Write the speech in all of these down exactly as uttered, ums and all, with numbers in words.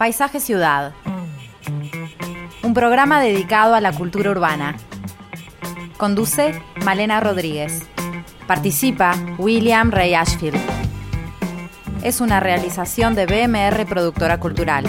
Paisaje Ciudad. Un programa dedicado a la cultura urbana. Conduce Malena Rodríguez. Participa William Ray Ashfield. Es una realización de B M R Productora Cultural.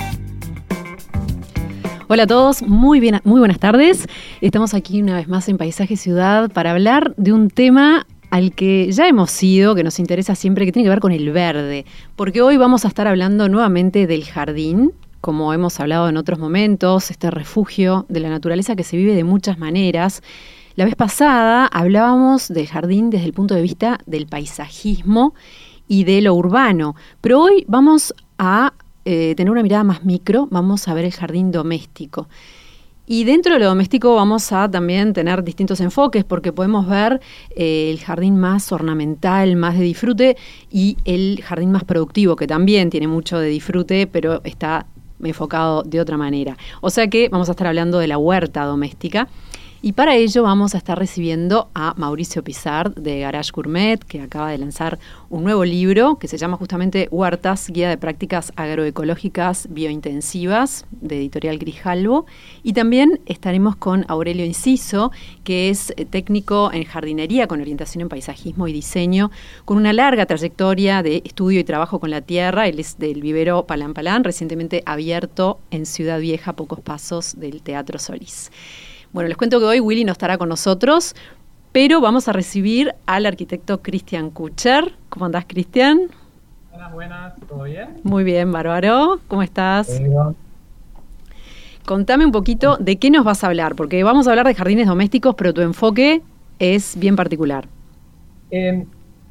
Hola a todos, muy bien, muy buenas tardes. Estamos aquí una vez más en Paisaje Ciudad para hablar de un tema al que ya hemos ido, que nos interesa siempre, que tiene que ver con el verde. Porque hoy vamos a estar hablando nuevamente del jardín, como hemos hablado en otros momentos, este refugio de la naturaleza que se vive de muchas maneras. La vez pasada hablábamos del jardín desde el punto de vista del paisajismo y de lo urbano, pero hoy vamos a eh, tener una mirada más micro, vamos a ver el jardín doméstico. Y dentro de lo doméstico vamos a también tener distintos enfoques, porque podemos ver eh, el jardín más ornamental, más de disfrute, y el jardín más productivo, que también tiene mucho de disfrute, pero está enfocado de otra manera. O sea que vamos a estar hablando de la huerta doméstica. Y para ello vamos a estar recibiendo a Mauricio Pizard de Garage Gourmet, que acaba de lanzar un nuevo libro que se llama justamente Huertas, Guía de Prácticas Agroecológicas Biointensivas, de Editorial Grijalbo. Y también estaremos con Aurelio Inciso, que es técnico en jardinería con orientación en paisajismo y diseño, con una larga trayectoria de estudio y trabajo con la tierra. Él es del vivero Palán Palán, recientemente abierto en Ciudad Vieja, a pocos pasos del Teatro Solís. Bueno, les cuento que hoy Willy no estará con nosotros, pero vamos a recibir al arquitecto Cristian Kutscher. ¿Cómo andás, Cristian? Buenas, buenas, ¿todo bien? Muy bien, bárbaro. ¿Cómo estás? Bien. Contame un poquito de qué nos vas a hablar, porque vamos a hablar de jardines domésticos, pero tu enfoque es bien particular. Eh,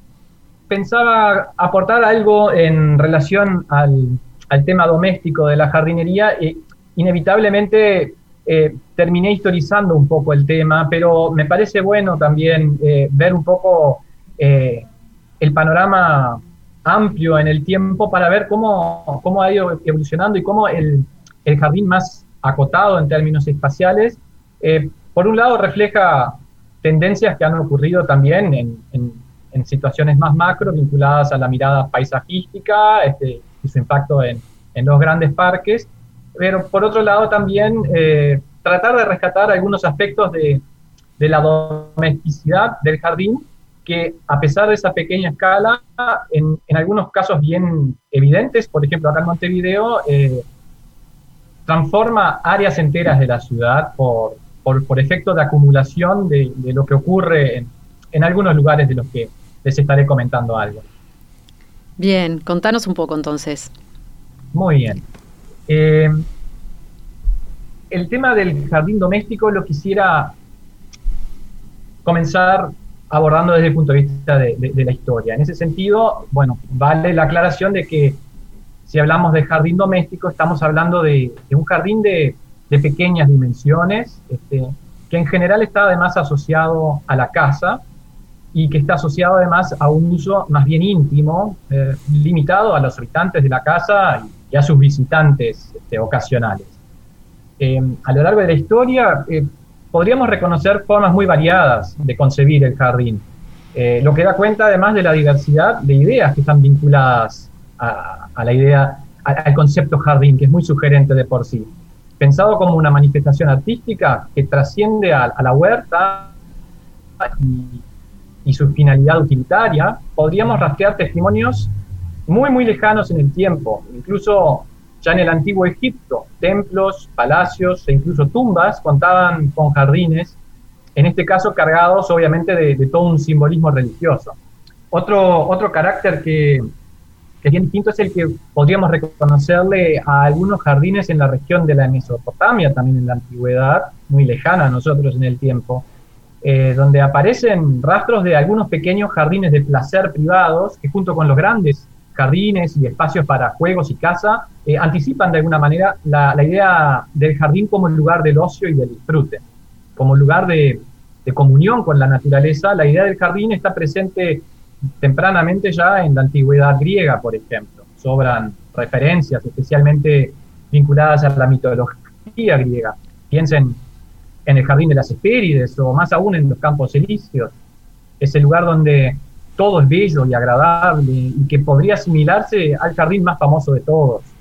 pensaba aportar algo en relación al, al tema doméstico de la jardinería. E inevitablemente Eh, terminé historizando un poco el tema, pero me parece bueno también eh, ver un poco eh, el panorama amplio en el tiempo para ver cómo, cómo ha ido evolucionando y cómo el, el jardín más acotado en términos espaciales, eh, por un lado refleja tendencias que han ocurrido también en, en, en situaciones más macro vinculadas a la mirada paisajística este, y su impacto en, en los grandes parques. Pero por otro lado también eh, tratar de rescatar algunos aspectos de, de la domesticidad del jardín, que a pesar de esa pequeña escala, en, en algunos casos bien evidentes, por ejemplo acá en Montevideo, eh, transforma áreas enteras de la ciudad por, por, por efecto de acumulación de, de lo que ocurre en, en algunos lugares de los que les estaré comentando algo. Bien, contanos un poco entonces. Muy bien. Eh, el tema del jardín doméstico lo quisiera comenzar abordando desde el punto de vista de, de, de la historia. En ese sentido, bueno, vale la aclaración de que si hablamos de jardín doméstico, estamos hablando de, de un jardín de, de pequeñas dimensiones, este, que en general está además asociado a la casa y que está asociado además a un uso más bien íntimo, eh, limitado a los habitantes de la casa y y a sus visitantes este, ocasionales. Eh, a lo largo de la historia eh, podríamos reconocer formas muy variadas de concebir el jardín, eh, lo que da cuenta además de la diversidad de ideas que están vinculadas a, a la idea, a, al concepto jardín, que es muy sugerente de por sí. Pensado como una manifestación artística que trasciende a, a la huerta y, y su finalidad utilitaria, podríamos rastrear testimonios muy, muy lejanos en el tiempo, incluso ya en el antiguo Egipto, templos, palacios e incluso tumbas contaban con jardines, en este caso cargados obviamente de, de todo un simbolismo religioso. Otro, otro carácter que, que es bien distinto es el que podríamos reconocerle a algunos jardines en la región de la Mesopotamia, también en la antigüedad, muy lejana a nosotros en el tiempo, eh, donde aparecen rastros de algunos pequeños jardines de placer privados que junto con los grandes jardines y espacios para juegos y caza, eh, anticipan de alguna manera la, la idea del jardín como el lugar del ocio y del disfrute, como lugar de, de comunión con la naturaleza. La idea del jardín está presente tempranamente ya en la antigüedad griega, por ejemplo. Sobran referencias especialmente vinculadas a la mitología griega. Piensen en el jardín de las Hespérides o más aún en los Campos Elíseos. Es el lugar donde todo es bello y agradable y que podría asimilarse al jardín más famoso de todos,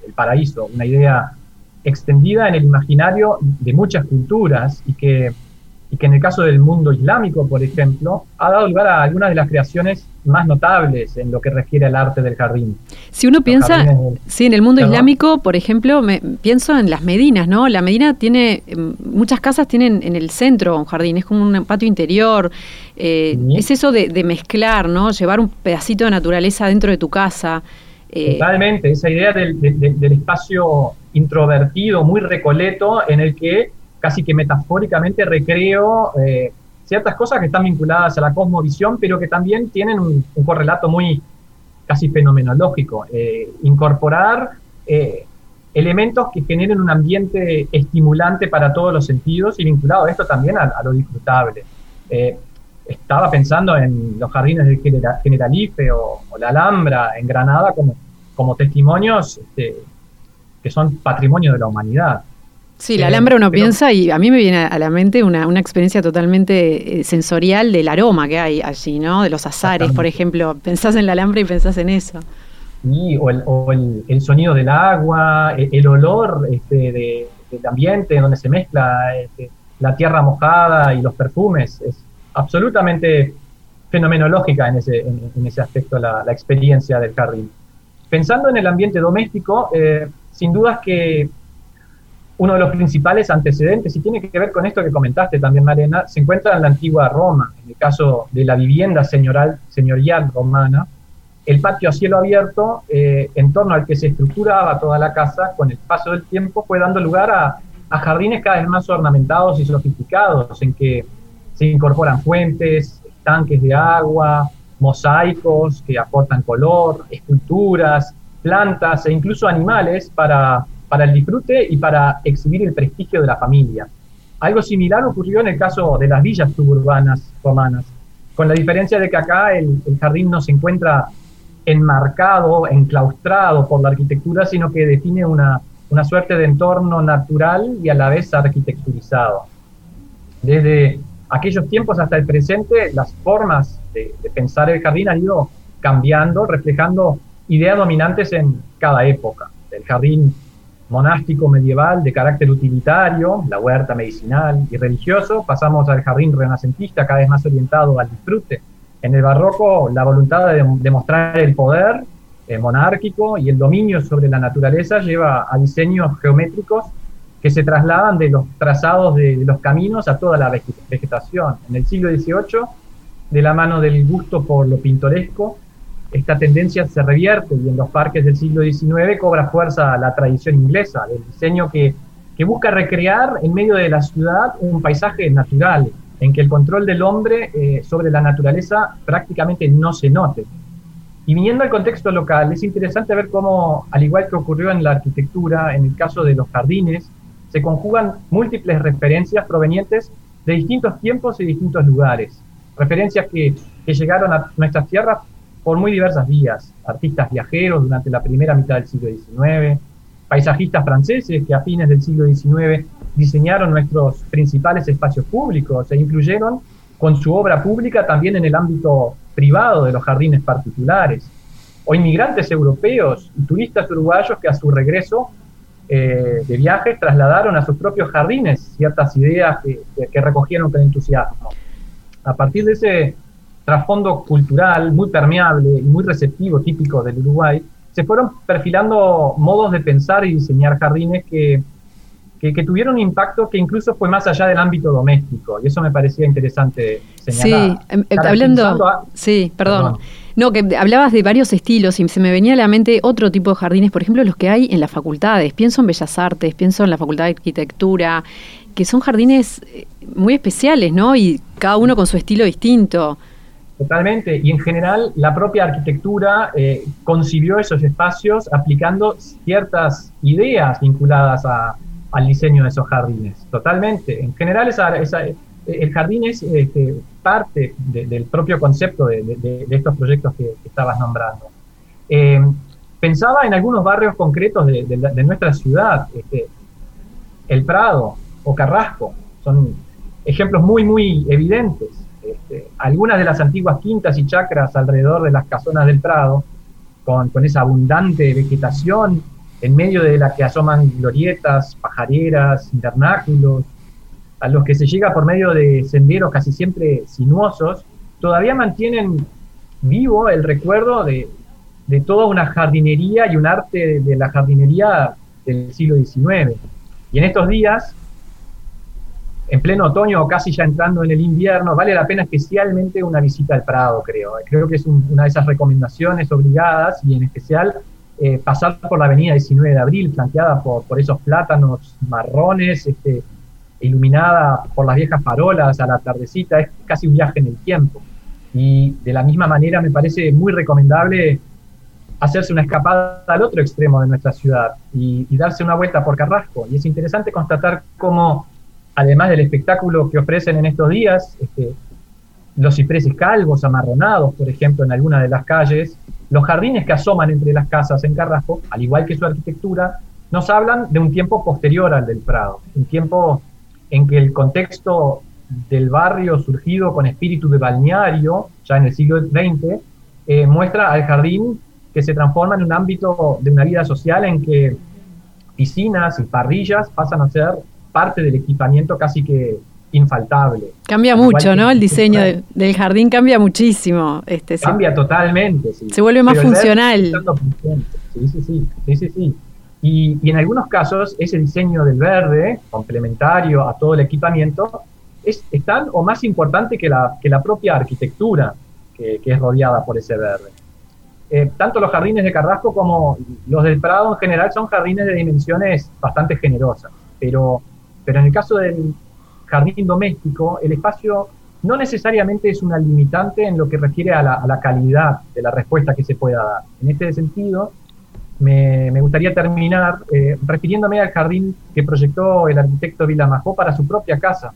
el paraíso, una idea extendida en el imaginario de muchas culturas y que, y que en el caso del mundo islámico, por ejemplo, ha dado lugar a algunas de las creaciones más notables en lo que refiere al arte del jardín. Si uno Los piensa, jardines, sí, en el mundo ¿perdón? islámico, por ejemplo, me, pienso en las Medinas, ¿no? La Medina tiene, muchas casas tienen en el centro un jardín, es como un patio interior. Eh, Sí. Es eso de, de mezclar, ¿no? Llevar un pedacito de naturaleza dentro de tu casa. Eh, Totalmente, esa idea del, del, del espacio introvertido, muy recoleto, en el que casi que metafóricamente recreo eh, ciertas cosas que están vinculadas a la cosmovisión, pero que también tienen un, un correlato muy casi fenomenológico. Eh, incorporar eh, elementos que generen un ambiente estimulante para todos los sentidos y vinculado a esto también a, a lo disfrutable. Eh, Estaba pensando en los jardines del Genera- Generalife o, o la Alhambra en Granada como, como testimonios este, que son patrimonio de la humanidad. Sí, la Eh, Alhambra uno pero- piensa y a mí me viene a la mente una, una experiencia totalmente eh, sensorial del aroma que hay allí, ¿no? De los azares, por Exactamente. ejemplo. Pensás en la Alhambra y pensás en eso. Sí, o el, o el, el sonido del agua, el, el olor este, de, del ambiente donde se mezcla este, la tierra mojada y los perfumes. Es absolutamente fenomenológica en ese, en, en ese aspecto la, la experiencia del jardín. Pensando en el ambiente doméstico, eh, sin dudas que uno de los principales antecedentes, y tiene que ver con esto que comentaste también, Malena, se encuentra en la antigua Roma, en el caso de la vivienda señoral, señorial romana, el patio a cielo abierto, eh, en torno al que se estructuraba toda la casa, con el paso del tiempo fue dando lugar a, a jardines cada vez más ornamentados y sofisticados, en que se incorporan fuentes, tanques de agua, mosaicos que aportan color, esculturas, plantas e incluso animales para, para el disfrute y para exhibir el prestigio de la familia. Algo similar ocurrió en el caso de las villas suburbanas romanas, con la diferencia de que acá el, el jardín no se encuentra enmarcado, enclaustrado por la arquitectura, sino que define una, una suerte de entorno natural y a la vez arquitecturizado. Desde aquellos tiempos hasta el presente, las formas de, de pensar el jardín han ido cambiando, reflejando ideas dominantes en cada época. El jardín monástico medieval de carácter utilitario, la huerta medicinal y religioso, pasamos al jardín renacentista cada vez más orientado al disfrute. En el barroco, la voluntad de demostrar el poder eh, monárquico y el dominio sobre la naturaleza lleva a diseños geométricos que se trasladan de los trazados de, de los caminos a toda la vegetación. En el siglo dieciocho, de la mano del gusto por lo pintoresco, esta tendencia se revierte y en los parques del siglo diecinueve cobra fuerza la tradición inglesa del diseño que, que busca recrear en medio de la ciudad un paisaje natural, en que el control del hombre eh, sobre la naturaleza prácticamente no se note. Y viniendo al contexto local, es interesante ver cómo, al igual que ocurrió en la arquitectura, en el caso de los jardines, se conjugan múltiples referencias provenientes de distintos tiempos y distintos lugares. Referencias que, que llegaron a nuestras tierras por muy diversas vías. Artistas viajeros durante la primera mitad del siglo diecinueve, paisajistas franceses que a fines del siglo diecinueve diseñaron nuestros principales espacios públicos e incluyeron con su obra pública también en el ámbito privado de los jardines particulares. O inmigrantes europeos y turistas uruguayos que a su regreso Eh, de viajes trasladaron a sus propios jardines ciertas ideas que, que, que recogieron con entusiasmo. A partir de ese trasfondo cultural muy permeable y muy receptivo típico del Uruguay, se fueron perfilando modos de pensar y diseñar jardines que, que, que tuvieron un impacto que incluso fue más allá del ámbito doméstico, y eso me parecía interesante señalar. Sí, eh, hablando, a, sí, perdón. perdón. No, que hablabas de varios estilos y se me venía a la mente otro tipo de jardines, por ejemplo, los que hay en las facultades. Pienso en Bellas Artes, pienso en la Facultad de Arquitectura, que son jardines muy especiales, ¿no? Y cada uno con su estilo distinto. Totalmente, y en general la propia arquitectura eh, concibió esos espacios aplicando ciertas ideas vinculadas a, al diseño de esos jardines. Totalmente. En general esa, esa, el jardín es este, parte de, del propio concepto de, de, de estos proyectos que, que estabas nombrando. Eh, pensaba en algunos barrios concretos de, de, de nuestra ciudad, este, El Prado o Carrasco, son ejemplos muy, muy evidentes. Este, algunas de las antiguas quintas y chacras alrededor de las casonas del Prado, con, con esa abundante vegetación en medio de la que asoman glorietas, pajareras, invernáculos, a los que se llega por medio de senderos casi siempre sinuosos, todavía mantienen vivo el recuerdo de, de toda una jardinería y un arte de, de la jardinería del siglo diecinueve. Y en estos días, en pleno otoño o casi ya entrando en el invierno, vale la pena especialmente una visita al Prado, creo. Creo que es un, una de esas recomendaciones obligadas, y en especial eh, pasar por la avenida diecinueve de abril, flanqueada por, por esos plátanos marrones, este, iluminada por las viejas farolas a la tardecita. Es casi un viaje en el tiempo. Y de la misma manera me parece muy recomendable hacerse una escapada al otro extremo de nuestra ciudad y, y darse una vuelta por Carrasco. Y es interesante constatar cómo, además del espectáculo que ofrecen en estos días, este, los cipreses calvos, amarronados, por ejemplo, en alguna de las calles, los jardines que asoman entre las casas en Carrasco, al igual que su arquitectura, nos hablan de un tiempo posterior al del Prado, un tiempo en que el contexto del barrio surgido con espíritu de balneario, ya en el siglo veinte, eh, muestra al jardín que se transforma en un ámbito de una vida social en que piscinas y parrillas pasan a ser parte del equipamiento casi que infaltable. Cambia mucho, ¿no? El diseño de, del jardín cambia muchísimo. Este, cambia se, totalmente, sí. Se vuelve más Pero funcional. Sí, sí, sí, sí, sí, sí. Y, y en algunos casos ese diseño del verde, complementario a todo el equipamiento, es, es tan o más importante que la, que la propia arquitectura que, que es rodeada por ese verde. Eh, tanto los jardines de Carrasco como los del Prado en general son jardines de dimensiones bastante generosas, pero, pero en el caso del jardín doméstico, el espacio no necesariamente es una limitante en lo que refiere a la, a la calidad de la respuesta que se pueda dar. En este sentido, me, me gustaría terminar eh, refiriéndome al jardín que proyectó el arquitecto Vilamajó para su propia casa,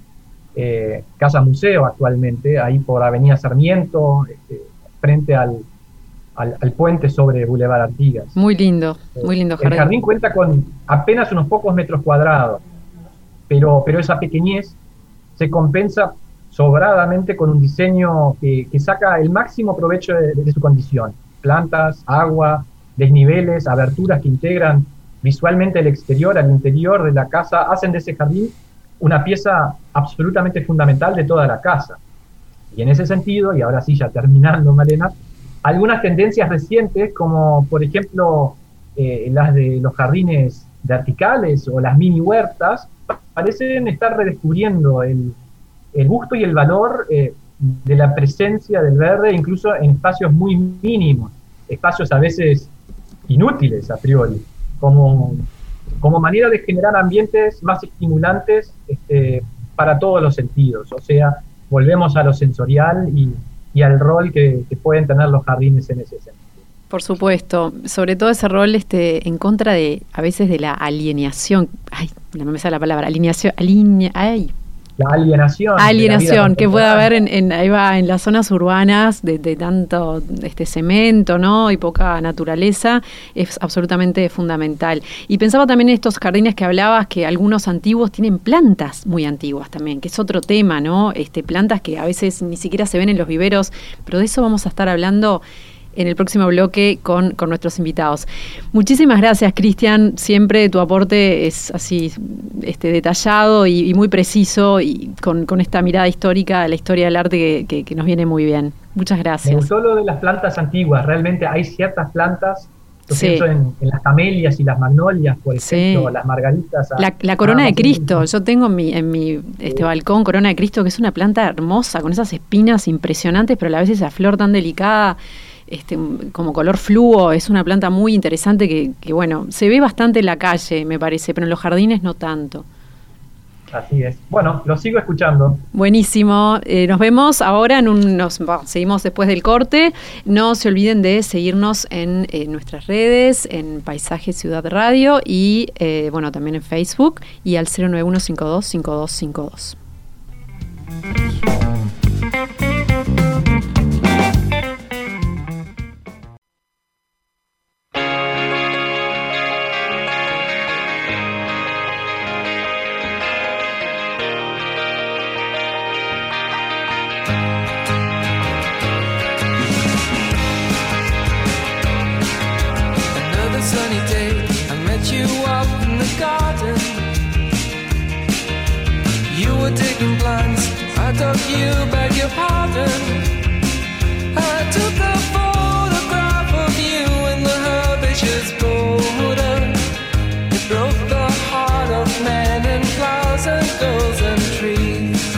eh, casa museo actualmente, ahí por Avenida Sarmiento, este, frente al, al, al puente sobre Boulevard Artigas. Muy lindo, muy lindo jardín. El jardín cuenta con apenas unos pocos metros cuadrados, pero, pero esa pequeñez se compensa sobradamente con un diseño que, que saca el máximo provecho de, de su condición. Plantas, agua, desniveles, aberturas que integran visualmente el exterior al interior de la casa, hacen de ese jardín una pieza absolutamente fundamental de toda la casa. Y en ese sentido, y ahora sí ya terminando, Malena, algunas tendencias recientes, como por ejemplo eh, las de los jardines verticales o las mini huertas, parecen estar redescubriendo el, el gusto y el valor eh, de la presencia del verde, incluso en espacios muy mínimos, espacios a veces inútiles a priori, como, como manera de generar ambientes más estimulantes este, para todos los sentidos. O sea, volvemos a lo sensorial y, y al rol que, que pueden tener los jardines en ese sentido. Por supuesto, sobre todo ese rol este, en contra de, a veces, de la alienación. Ay, no me sale la palabra, alineación, alinea, ay. La alienación. Alienación, que puede haber en, en, ahí va, en las zonas urbanas de, de tanto este cemento, ¿no? Y poca naturaleza, es absolutamente fundamental. Y pensaba también en estos jardines que hablabas, que algunos antiguos tienen plantas muy antiguas también, que es otro tema, ¿no? Este, plantas que a veces ni siquiera se ven en los viveros, pero de eso vamos a estar hablando en el próximo bloque con, con nuestros invitados. Muchísimas gracias, Cristian. Siempre tu aporte es así este, detallado y, y muy preciso, y con, con esta mirada histórica de la historia del arte que, que, que nos viene muy bien. Muchas gracias. Me gustó lo de las plantas antiguas. Realmente hay ciertas plantas, yo sí. pienso en, en las camelias y las magnolias, por ejemplo, sí. las margaritas. A, la, la corona de Cristo. Yo tengo en mi, en mi este sí. balcón corona de Cristo, que es una planta hermosa, con esas espinas impresionantes, pero a la vez esa flor tan delicada, Este, como color fluo. Es una planta muy interesante que, que, bueno, se ve bastante en la calle, me parece, pero en los jardines no tanto. Así es. Bueno, lo sigo escuchando. Buenísimo. Eh, nos vemos ahora en un... Nos, bueno, seguimos después del corte. No se olviden de seguirnos en eh, nuestras redes, en Paisaje Ciudad Radio y, eh, bueno, también en Facebook, y al cero nueve uno cinco dos cinco dos cinco dos. Sunny day, I met the garden. You were taking plants, I took you, beg your pardon. I took a photograph of you in the herbaceous border. It broke the heart of men and flowers and girls and trees.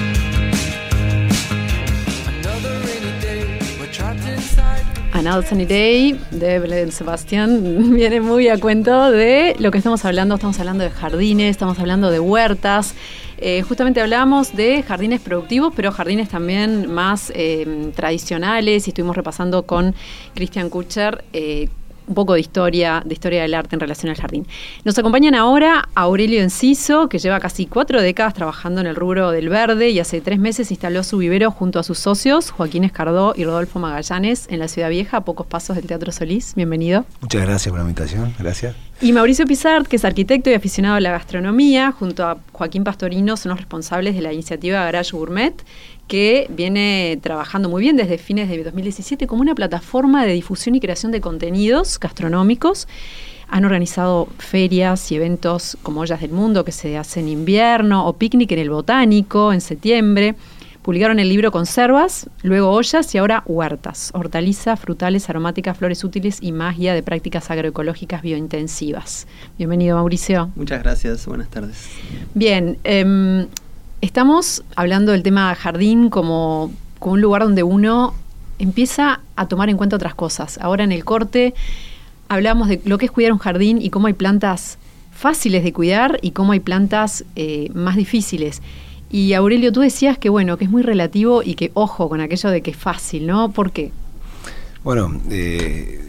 Another rainy day, we're trapped inside. Another Sunny Day de Belén Sebastián viene muy a cuento de lo que estamos hablando. Estamos hablando de jardines, estamos hablando de huertas. Eh, justamente hablábamos de jardines productivos, pero jardines también más eh, tradicionales, y estuvimos repasando con Christian Kutcher eh, un poco de historia, de historia del arte en relación al jardín. Nos acompañan ahora Aurelio Enciso, que lleva casi cuatro décadas trabajando en el rubro del verde y hace tres meses instaló su vivero junto a sus socios, Joaquín Escardó y Rodolfo Magallanes, en la Ciudad Vieja, a pocos pasos del Teatro Solís. Bienvenido. Muchas gracias por la invitación, gracias. Y Mauricio Pizart, que es arquitecto y aficionado a la gastronomía, junto a Joaquín Pastorino, son los responsables de la iniciativa Garage Gourmet, que viene trabajando muy bien desde fines de dos mil diecisiete como una plataforma de difusión y creación de contenidos gastronómicos. Han organizado ferias y eventos como Ollas del Mundo, que se hace en invierno, o Picnic en el Botánico en septiembre. Publicaron el libro Conservas, luego Ollas y ahora Huertas, hortalizas, frutales, aromáticas, flores útiles y más guía de prácticas agroecológicas biointensivas. Bienvenido, Mauricio. Muchas gracias, buenas tardes. Bien, eh, estamos hablando del tema jardín como, como un lugar donde uno empieza a tomar en cuenta otras cosas. Ahora en el corte hablamos de lo que es cuidar un jardín y cómo hay plantas fáciles de cuidar y cómo hay plantas eh, más difíciles. Y Aurelio, tú decías que bueno, que es muy relativo y que ojo con aquello de que es fácil, ¿no? ¿Por qué? Bueno, eh,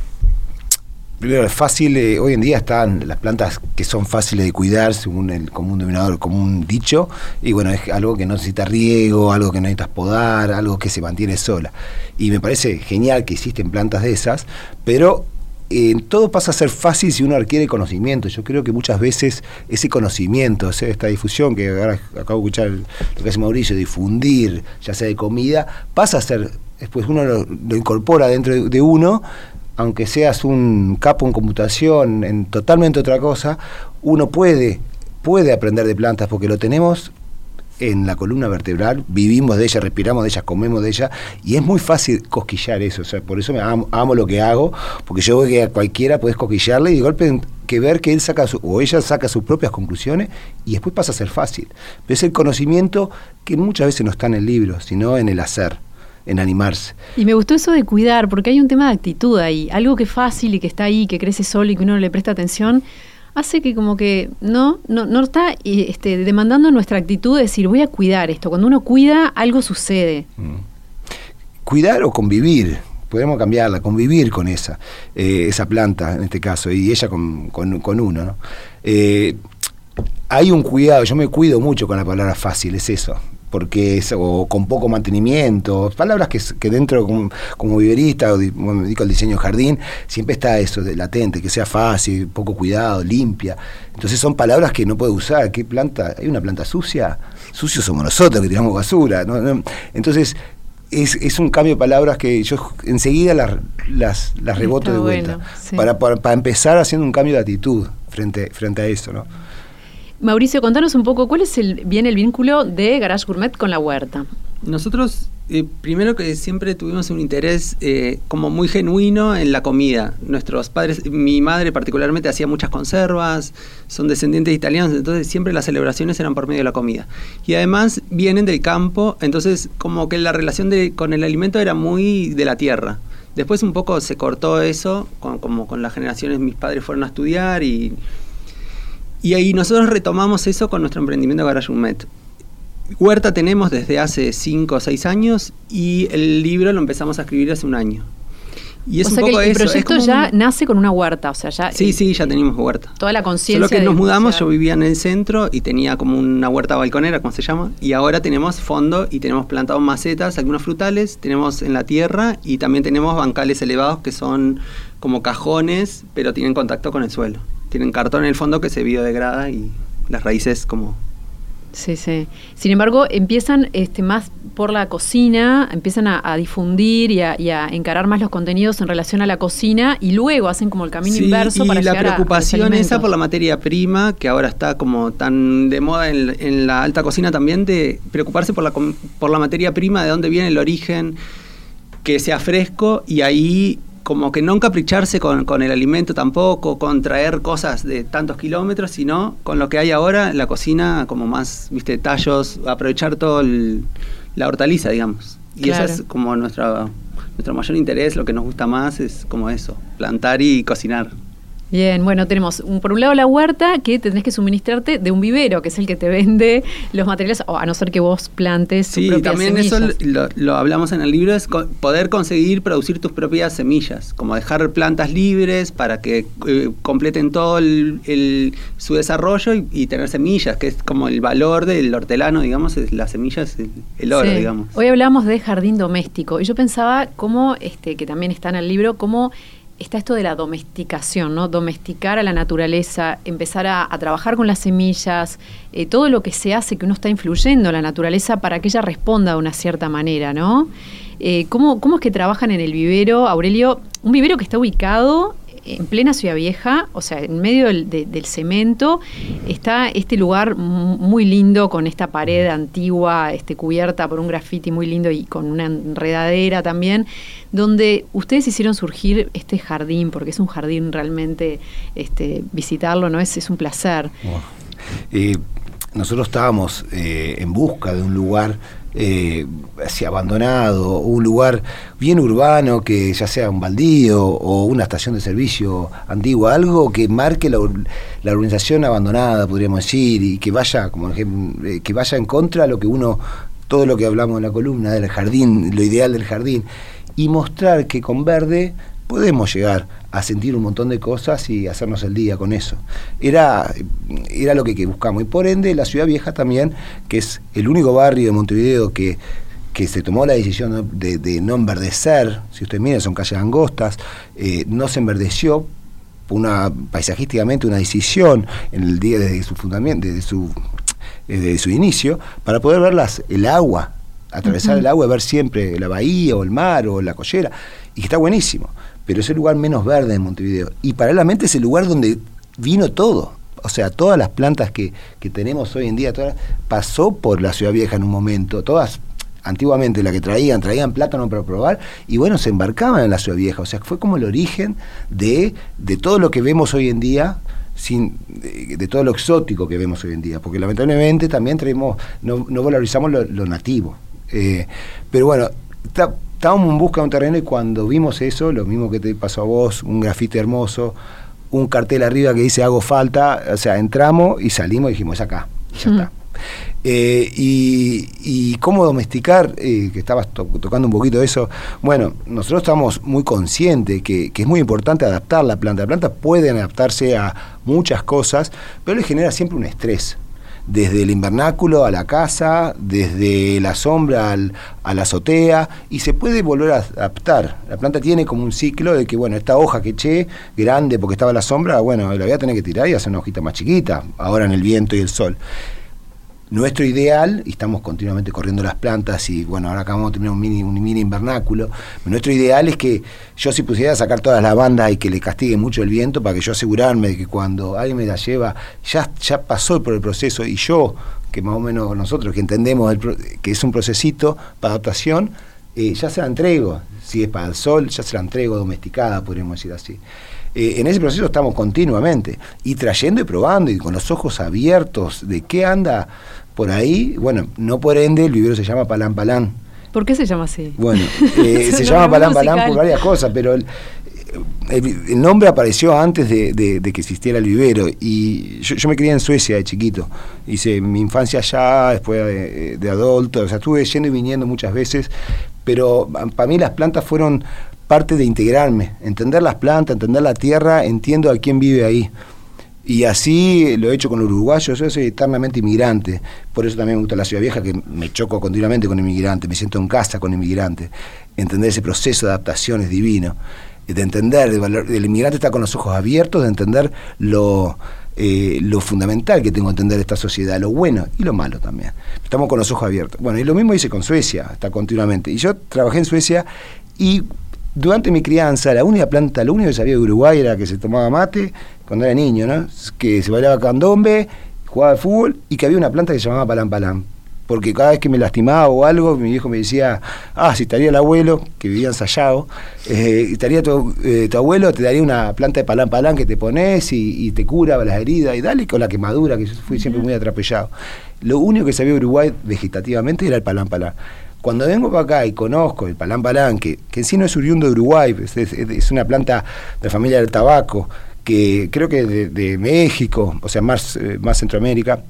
primero es fácil, eh, hoy en día están las plantas que son fáciles de cuidar, según el común denominador, común dicho, y bueno, es algo que no necesita riego, algo que no necesitas podar, algo que se mantiene sola. Y me parece genial que existen plantas de esas, pero Eh, todo pasa a ser fácil si uno adquiere conocimiento. Yo creo que muchas veces ese conocimiento, o sea, esta difusión que ahora acabo de escuchar el, lo que hace Mauricio, difundir, ya sea de comida, pasa a ser, después uno lo, lo incorpora dentro de, de uno, aunque seas un capo en computación, en totalmente otra cosa, uno puede, puede aprender de plantas porque lo tenemos en la columna vertebral, vivimos de ella, respiramos de ella, comemos de ella, y es muy fácil cosquillar eso. O sea, por eso me amo, amo lo que hago, porque yo veo que a cualquiera podés cosquillarle y de golpe que ver que él saca su, o ella saca sus propias conclusiones y después pasa a ser fácil. Pero es el conocimiento que muchas veces no está en el libro, sino en el hacer, en animarse. Y me gustó eso de cuidar, porque hay un tema de actitud ahí, algo que es fácil y que está ahí, que crece solo y que uno no le presta atención, hace que como que no no, no está este, demandando nuestra actitud de decir voy a cuidar esto. Cuando uno cuida, algo sucede. Mm. Cuidar o convivir, podemos cambiarla, convivir con esa eh, esa planta en este caso, y ella con, con, con uno, ¿no? Eh, hay un cuidado, yo me cuido mucho con la palabra fácil, es eso. Porque es, o con poco mantenimiento, palabras que, que dentro como, como viverista, o di, me dedico al diseño de jardín, siempre está eso de latente, que sea fácil, poco cuidado, limpia. Entonces son palabras que no puedo usar. ¿Qué planta? ¿Hay una planta sucia? Sucios somos nosotros que tiramos basura, ¿no? ¿no? Entonces es, es un cambio de palabras que yo enseguida las, las, las reboto está de vuelta, bueno, sí. para, para, para empezar haciendo un cambio de actitud frente, frente a eso, ¿no? Mauricio, contanos un poco, ¿cuál es el bien el vínculo de Garage Gourmet con la huerta? Nosotros, eh, primero que siempre tuvimos un interés eh, como muy genuino en la comida. Nuestros padres, mi madre particularmente hacía muchas conservas, son descendientes de italianos, entonces siempre las celebraciones eran por medio de la comida. Y además vienen del campo, entonces como que la relación de, con el alimento era muy de la tierra. Después un poco se cortó eso, con, como con las generaciones mis padres fueron a estudiar y... Y ahí nosotros retomamos eso con nuestro emprendimiento Garage Gourmet. Huerta tenemos desde hace cinco o seis años y el libro lo empezamos a escribir hace un año. Y es o un sea poco que el, el proyecto eso, ya un... nace con una huerta, o sea, ya... Sí, sí, ya teníamos huerta. Toda la conciencia... Solo que nos mudamos, ser... yo vivía en el centro y tenía como una huerta balconera, como se llama, y ahora tenemos fondo y tenemos plantado macetas, algunos frutales, tenemos en la tierra y también tenemos bancales elevados que son como cajones, pero tienen contacto con el suelo. Tienen cartón en el fondo que se biodegrada y las raíces como Sí, sí. Sin embargo, empiezan este, más por la cocina, empiezan a, a difundir y a, y a encarar más los contenidos en relación a la cocina y luego hacen como el camino sí, inverso y para la llegar a los preocupación alimentos. esa por la materia prima, que ahora está como tan de moda en, en la alta cocina también, de preocuparse por la, por la materia prima, de dónde viene el origen, que sea fresco, y ahí como que no encapricharse con, con el alimento tampoco, con traer cosas de tantos kilómetros, sino con lo que hay ahora, la cocina como más, viste, tallos, aprovechar todo el, la hortaliza, digamos. Y Claro. eso es como nuestra, nuestro mayor interés, lo que nos gusta más es como eso, plantar y cocinar. Bien, bueno, tenemos un, por un lado la huerta, que tenés que suministrarte de un vivero, que es el que te vende los materiales, o a no ser que vos plantes tus Sí, propias también semillas. eso lo, lo hablamos en el libro, es co- poder conseguir producir tus propias semillas, como dejar plantas libres para que eh, completen todo el, el- su desarrollo y, y tener semillas, que es como el valor del hortelano, digamos, es, la semilla es el, el oro, Sí. digamos. Hoy hablamos de jardín doméstico y yo pensaba cómo, este, que también está en el libro, cómo está esto de la domesticación, ¿no? Domesticar a la naturaleza, empezar a, a trabajar con las semillas, eh, todo lo que se hace que uno está influyendo en la naturaleza para que ella responda de una cierta manera, ¿no? Eh, ¿cómo, ¿Cómo es que trabajan en el vivero, Aurelio? Un vivero que está ubicado en plena Ciudad Vieja, o sea, en medio del, de, del cemento, está este lugar muy lindo con esta pared antigua, este, cubierta por un grafiti muy lindo y con una enredadera también, donde ustedes hicieron surgir este jardín, porque es un jardín realmente, este, visitarlo, ¿no? Es, es un placer. Wow. Eh, nosotros estábamos eh, en busca de un lugar eh, así abandonado, un lugar bien urbano, que ya sea un baldío o una estación de servicio antigua, algo que marque la, ur- la urbanización abandonada, podríamos decir, y que vaya, como ejemplo, eh, que vaya en contra de lo que uno, todo lo que hablamos en la columna del jardín, lo ideal del jardín, y mostrar que con verde podemos llegar a sentir un montón de cosas y hacernos el día con eso. Era, era lo que, que buscamos. Y por ende, la Ciudad Vieja también, que es el único barrio de Montevideo que, que se tomó la decisión de, de no enverdecer, si usted mira, son calles angostas, eh, no se enverdeció, una paisajísticamente una decisión en el día desde su fundamento, desde su, desde su inicio, para poder ver las, el agua, atravesar uh-huh. el agua, ver siempre la bahía o el mar o la collera, y que está buenísimo. Pero es el lugar menos verde de Montevideo. Y paralelamente es el lugar donde vino todo. O sea, todas las plantas que, que tenemos hoy en día, todas, pasó por la Ciudad Vieja en un momento. Todas, antiguamente, la que traían, traían plátano para probar, y bueno, se embarcaban en la Ciudad Vieja. O sea, fue como el origen de, de todo lo que vemos hoy en día, sin, de, de todo lo exótico que vemos hoy en día. Porque lamentablemente también traemos, no, no valorizamos lo, lo nativo. Eh, pero bueno, está... Estábamos en busca de un terreno y cuando vimos eso, lo mismo que te pasó a vos, un grafite hermoso, un cartel arriba que dice hago falta, o sea, entramos y salimos y dijimos, es acá, ya está. Eh, y, y cómo domesticar, eh, que estabas to- tocando un poquito eso, bueno, nosotros estamos muy conscientes que, que es muy importante adaptar la planta. La planta puede adaptarse a muchas cosas, pero le genera siempre un estrés. Desde el invernáculo a la casa, desde la sombra al, a la azotea, y se puede volver a adaptar. La planta tiene como un ciclo de que, bueno, esta hoja que eché, grande porque estaba a la sombra, bueno, la voy a tener que tirar y hacer una hojita más chiquita, ahora en el viento y el sol. Nuestro ideal, y estamos continuamente corriendo las plantas, y bueno, ahora acabamos de tener un mini, un mini invernáculo, nuestro ideal es que yo si pusiera sacar todas las bandas y que le castigue mucho el viento, para que yo asegurarme de que cuando alguien me la lleva, ya, ya pasó por el proceso, y yo, que más o menos nosotros que entendemos el pro, que es un procesito para adaptación, eh, ya se la entrego, si es para el sol, ya se la entrego domesticada, podríamos decir así. Eh, en ese proceso estamos continuamente, y trayendo y probando, y con los ojos abiertos de qué anda por ahí. Bueno, no por ende el vivero se llama Palán Palán. ¿Por qué se llama así? Bueno, eh, se llama Palán Palán por varias cosas, pero el, el, el nombre apareció antes de, de, de que existiera el vivero, y yo, yo me crié en Suecia de chiquito, hice mi infancia allá, después de, de adulto, o sea, estuve yendo y viniendo muchas veces, pero para mí las plantas fueron parte de integrarme, entender las plantas, entender la tierra, entiendo a quién vive ahí. Y así lo he hecho con los uruguayos. Yo soy eternamente inmigrante, por eso también me gusta la Ciudad Vieja, que me choco continuamente con inmigrantes, me siento en casa con inmigrantes. Entender ese proceso de adaptación es divino, de entender, el, valor, el inmigrante está con los ojos abiertos, de entender lo, eh, lo fundamental que tengo que entender de esta sociedad, lo bueno y lo malo también. Estamos con los ojos abiertos. Bueno, y lo mismo hice con Suecia, está continuamente. Y yo trabajé en Suecia y durante mi crianza, la única planta, lo único que sabía de Uruguay era que se tomaba mate cuando era niño, ¿no? Que se bailaba candombe, jugaba al fútbol y que había una planta que se llamaba palán palán. Porque cada vez que me lastimaba o algo, mi viejo me decía, ah, si estaría el abuelo, que vivía en Sayago, eh, estaría tu, eh, tu abuelo, te daría una planta de palán palán que te pones y, y te cura las heridas, y dale con la quemadura, que yo fui siempre muy atropellado. Lo único que sabía de Uruguay vegetativamente era el palán palán. Cuando vengo para acá y conozco el palán palán, que, que en sí no es oriundo de Uruguay, es, es, es una planta de familia del tabaco, que creo que de, de México, o sea, más, eh, más Centroamérica,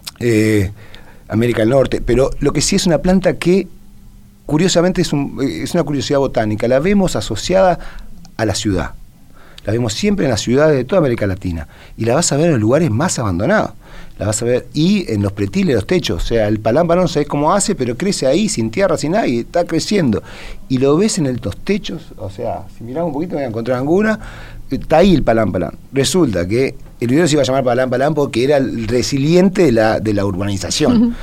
eh, América del Norte, pero lo que sí es una planta que curiosamente es, un, es una curiosidad botánica, la vemos asociada a la ciudad, la vemos siempre en las ciudades de toda América Latina y la vas a ver en los lugares más abandonados, la vas a ver y en los pretiles, los techos, o sea, el palán palán no sabés cómo hace, pero crece ahí sin tierra, sin nada y está creciendo y lo ves en el, los techos, o sea, si miramos un poquito me voy a encontrar alguna, está ahí el palán palán. Resulta que el video se iba a llamar palán palán porque era el resiliente de la, de la urbanización. Uh-huh.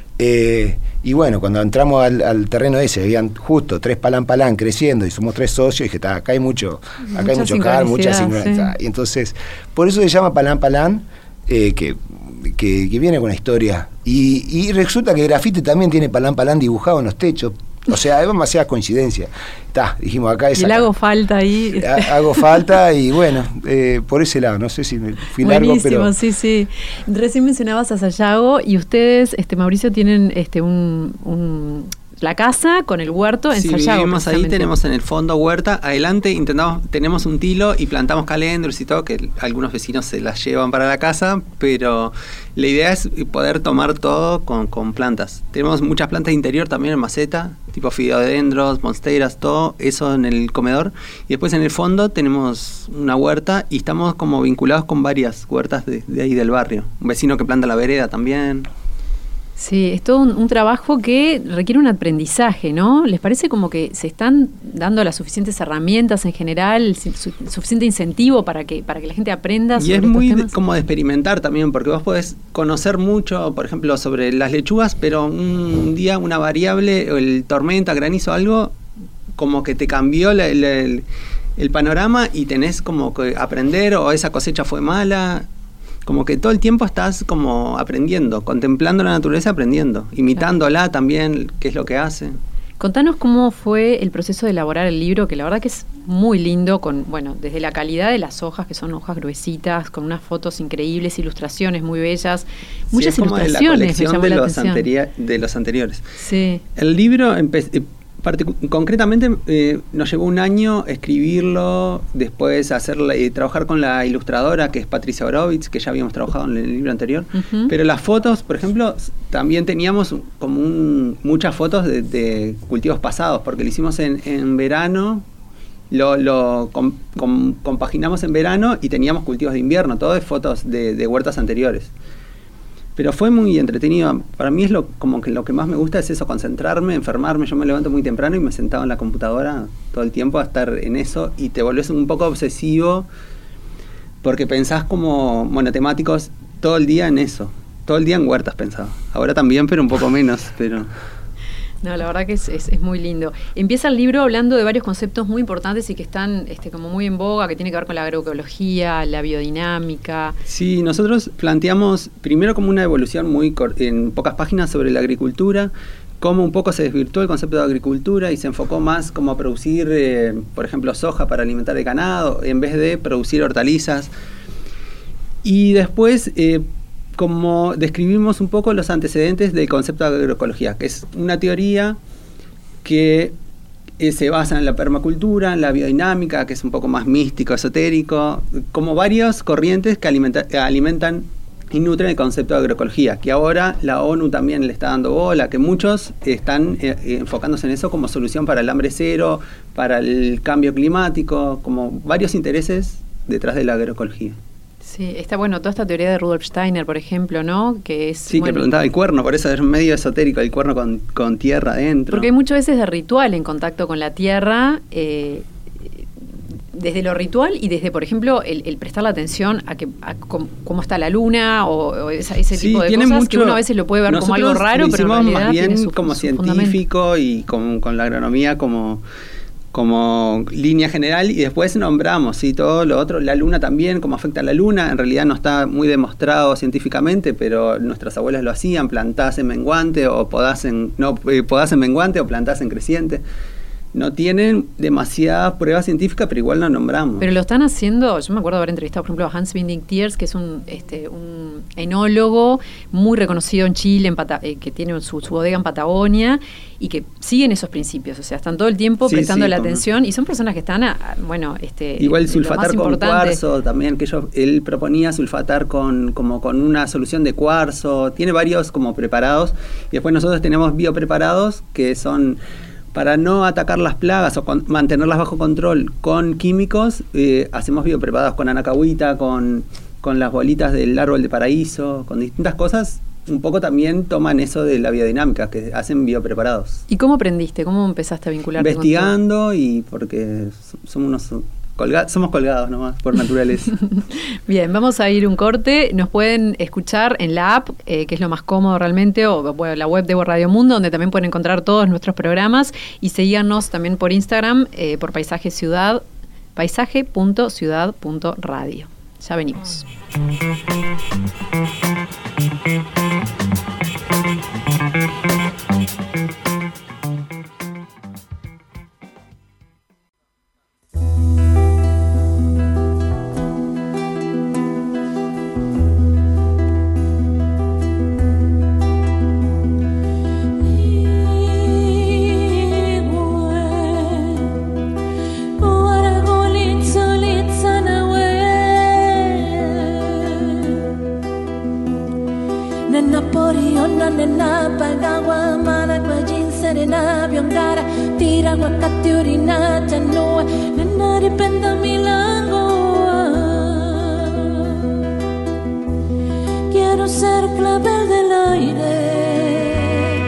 eh, y bueno, cuando entramos al, al terreno ese, habían justo tres palán palán creciendo y somos tres socios, y dije, está, acá hay mucho, acá mucha hay mucho car, mucha sincronicidad. Sí. Y entonces, por eso se llama palán palán, eh, que, que, que viene con la historia. Y, y resulta que el grafite también tiene palán palán dibujado en los techos. O sea, hay demasiadas coincidencias. Está, dijimos acá es. Y le hago falta ahí. Hago falta y bueno, eh, por ese lado, no sé si me fui largo, pero. Buenísimo, sí, sí. Recién mencionabas a Sayago y ustedes, este Mauricio, tienen este un, un la casa con el huerto en sí, Sayago. Vivimos ahí, tenemos en el fondo huerta. Adelante intentamos, tenemos un tilo y plantamos calendros y todo, que algunos vecinos se las llevan para la casa, pero la idea es poder tomar todo con, con plantas. Tenemos muchas plantas de interior también en maceta, tipo fideodendros, monsteras, todo eso en el comedor. Y después en el fondo tenemos una huerta y estamos como vinculados con varias huertas de, de ahí del barrio. Un vecino que planta la vereda también. Sí, es todo un, un trabajo que requiere un aprendizaje, ¿no? ¿Les parece como que se están dando las suficientes herramientas en general, su, suficiente incentivo para que para que la gente aprenda sobre y es estos muy temas? De, como de experimentar también, porque vos podés conocer mucho, por ejemplo, sobre las lechugas, pero un día una variable, o el tormenta, granizo, algo, como que te cambió la, la, el, el panorama y tenés como que aprender, o esa cosecha fue mala. Como que todo el tiempo estás como aprendiendo, contemplando la naturaleza, aprendiendo, imitándola claro. También, qué es lo que hace. Contanos cómo fue el proceso de elaborar el libro, que la verdad que es muy lindo, con bueno, desde la calidad de las hojas, que son hojas gruesitas, con unas fotos increíbles, ilustraciones muy bellas, muchas sí, es como ilustraciones. De la colección de, la los anteri- de los anteriores. Sí. El libro empe- Particu- concretamente eh, nos llevó un año escribirlo, después hacerla, eh, trabajar con la ilustradora que es Patricia Horowitz, que ya habíamos trabajado en el libro anterior, uh-huh. Pero las fotos, por ejemplo, también teníamos como un, muchas fotos de, de cultivos pasados, porque lo hicimos en, en verano, lo, lo com, com, compaginamos en verano y teníamos cultivos de invierno, todo de fotos de, de huertas anteriores. Pero fue muy entretenido. Para mí es lo como que lo que más me gusta es eso, concentrarme, enfermarme. Yo me levanto muy temprano y me sentaba en la computadora todo el tiempo a estar en eso y te volvés un poco obsesivo porque pensás como monotemáticos todo el día en eso. Todo el día en huertas pensaba. Ahora también, pero un poco menos, pero... No, la verdad que es, es, es muy lindo. Empieza el libro hablando de varios conceptos muy importantes y que están este, como muy en boga, que tiene que ver con la agroecología, la biodinámica. Sí, nosotros planteamos primero como una evolución muy cor- en pocas páginas sobre la agricultura, cómo un poco se desvirtuó el concepto de agricultura y se enfocó más como a producir, eh, por ejemplo, soja para alimentar el ganado, en vez de producir hortalizas. Y después... Eh, como describimos un poco los antecedentes del concepto de agroecología, que es una teoría que eh, se basa en la permacultura, en la biodinámica, que es un poco más místico, esotérico, como varias corrientes que alimenta, alimentan y nutren el concepto de agroecología, que ahora la ONU también le está dando bola, que muchos están eh, enfocándose en eso como solución para el hambre cero, para el cambio climático, como varios intereses detrás de la agroecología. Sí, está bueno, toda esta teoría de Rudolf Steiner, por ejemplo, ¿no? Que es, sí, bueno, que preguntaba el cuerno, por eso es medio esotérico, el cuerno con, con tierra adentro. Porque hay muchas veces de ritual en contacto con la tierra, eh, desde lo ritual y desde, por ejemplo, el, el prestar la atención a, que, a cómo, cómo está la luna o, o esa, ese Sí, tipo de tiene cosas mucho, que uno a veces lo puede ver como algo raro, lo pero en hicimos realidad más bien tiene su, como su científico fundamento. y con, con la agronomía como, como línea general, y después nombramos ¿sí? todo lo otro, la luna también, cómo afecta a la luna. En realidad no está muy demostrado científicamente, pero nuestras abuelas lo hacían, plantás en menguante o podás en, no, eh, podás en menguante o plantás en creciente. No tienen demasiadas pruebas científicas, pero igual lo nombramos. Pero lo están haciendo, yo me acuerdo haber entrevistado, por ejemplo, a Hans Winding Thiers, que es un, este, un enólogo muy reconocido en Chile, en Pata- eh, que tiene su, su bodega en Patagonia, y que siguen esos principios, o sea, están todo el tiempo Sí, prestando sí, la como- atención, y son personas que están, a, a, bueno, este, Igual lo sulfatar más con importante. cuarzo también, que ellos, él proponía sulfatar con, como con una solución de cuarzo. Tiene varios como preparados, y después nosotros tenemos biopreparados que son para no atacar las plagas o con, mantenerlas bajo control con químicos. Eh, hacemos biopreparados con anacahuita, con, con las bolitas del árbol de paraíso, con distintas cosas. Un poco también toman eso de la biodinámica, que hacen biopreparados. ¿Y cómo aprendiste? ¿Cómo empezaste a vincularte con todo? Investigando, y porque somos unos colga- somos colgados nomás por naturaleza. Bien, vamos a ir un corte. Nos pueden escuchar en la app, eh, que es lo más cómodo realmente, o bueno, la web de Radio Mundo, donde también pueden encontrar todos nuestros programas, y seguirnos también por Instagram, eh, por Paisaje Ciudad, paisaje punto ciudad punto radio. Ya venimos. Quiero ser clavel del aire,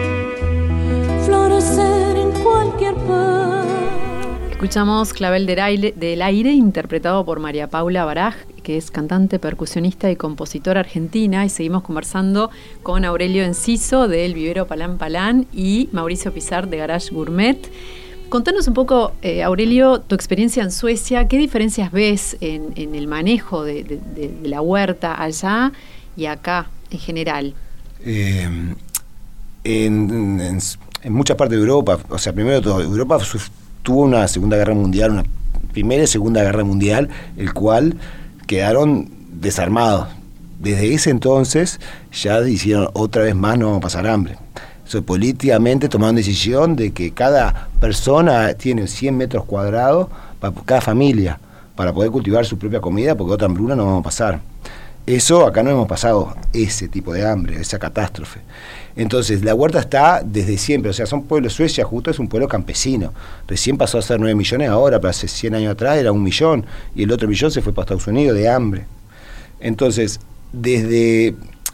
florecer en cualquier parte. Escuchamos Clavel del aire, del aire, interpretado por María Paula Baraj, que es cantante, percusionista y compositora argentina, y seguimos conversando con Aurelio Enciso del Vivero Palán Palán y Mauricio Pizar de Garage Gourmet. Contanos un poco, eh, Aurelio, tu experiencia en Suecia. ¿Qué diferencias ves en, en el manejo de, de, de, de la huerta allá y acá en general? Eh, en, en, en muchas partes de Europa, o sea, primero todo, Europa tuvo una Segunda Guerra Mundial, una Primera y Segunda Guerra Mundial, el cual quedaron desarmados. Desde ese entonces ya hicieron otra vez más, no vamos a pasar hambre. So, políticamente tomaron decisión de que cada persona tiene cien metros cuadrados para cada familia, para poder cultivar su propia comida, porque otra hambruna no vamos a pasar. Eso acá no hemos pasado, ese tipo de hambre, esa catástrofe. Entonces, la huerta está desde siempre, o sea, son pueblos, Suecia justo es un pueblo campesino. Recién pasó a ser nueve millones ahora, pero hace cien años atrás era un millón, y el otro millón se fue para Estados Unidos de hambre. Entonces, desde...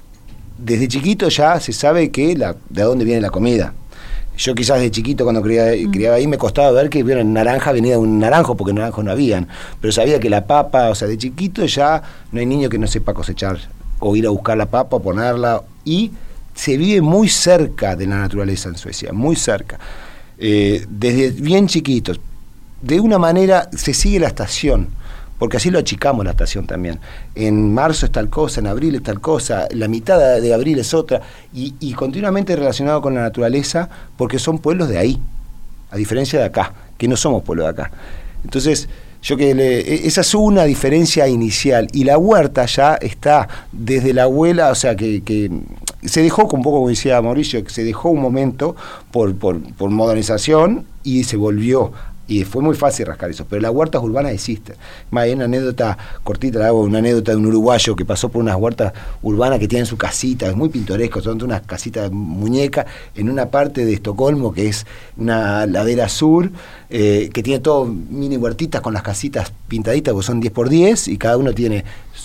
Desde chiquito ya se sabe que la, de dónde viene la comida. Yo quizás de chiquito cuando criaba, mm. criaba ahí me costaba ver que bueno, naranja venía de un naranjo, porque naranjos no habían. Pero sabía que la papa, o sea, de chiquito ya no hay niño que no sepa cosechar o ir a buscar la papa o ponerla. Y se vive muy cerca de la naturaleza en Suecia, muy cerca. Eh, desde bien chiquitos. De una manera se sigue la estación, porque así lo achicamos la estación también. En marzo es tal cosa, en abril es tal cosa, la mitad de abril es otra, y, y continuamente relacionado con la naturaleza, porque son pueblos de ahí, a diferencia de acá, que no somos pueblos de acá. Entonces, yo que le, esa es una diferencia inicial, y la huerta ya está desde la abuela, o sea, que, que se dejó, un poco como decía Mauricio, que se dejó un momento por, por, por modernización, y se volvió. Y fue muy fácil rascar eso, pero las huertas urbanas existen. Más, hay una anécdota cortita, la hago, una anécdota de un uruguayo que pasó por unas huertas urbanas que tienen su casita, es muy pintoresco, son unas casitas de muñeca en una parte de Estocolmo que es una ladera sur, eh, que tiene todo mini huertitas con las casitas pintaditas, porque son diez por diez, y cada uno tiene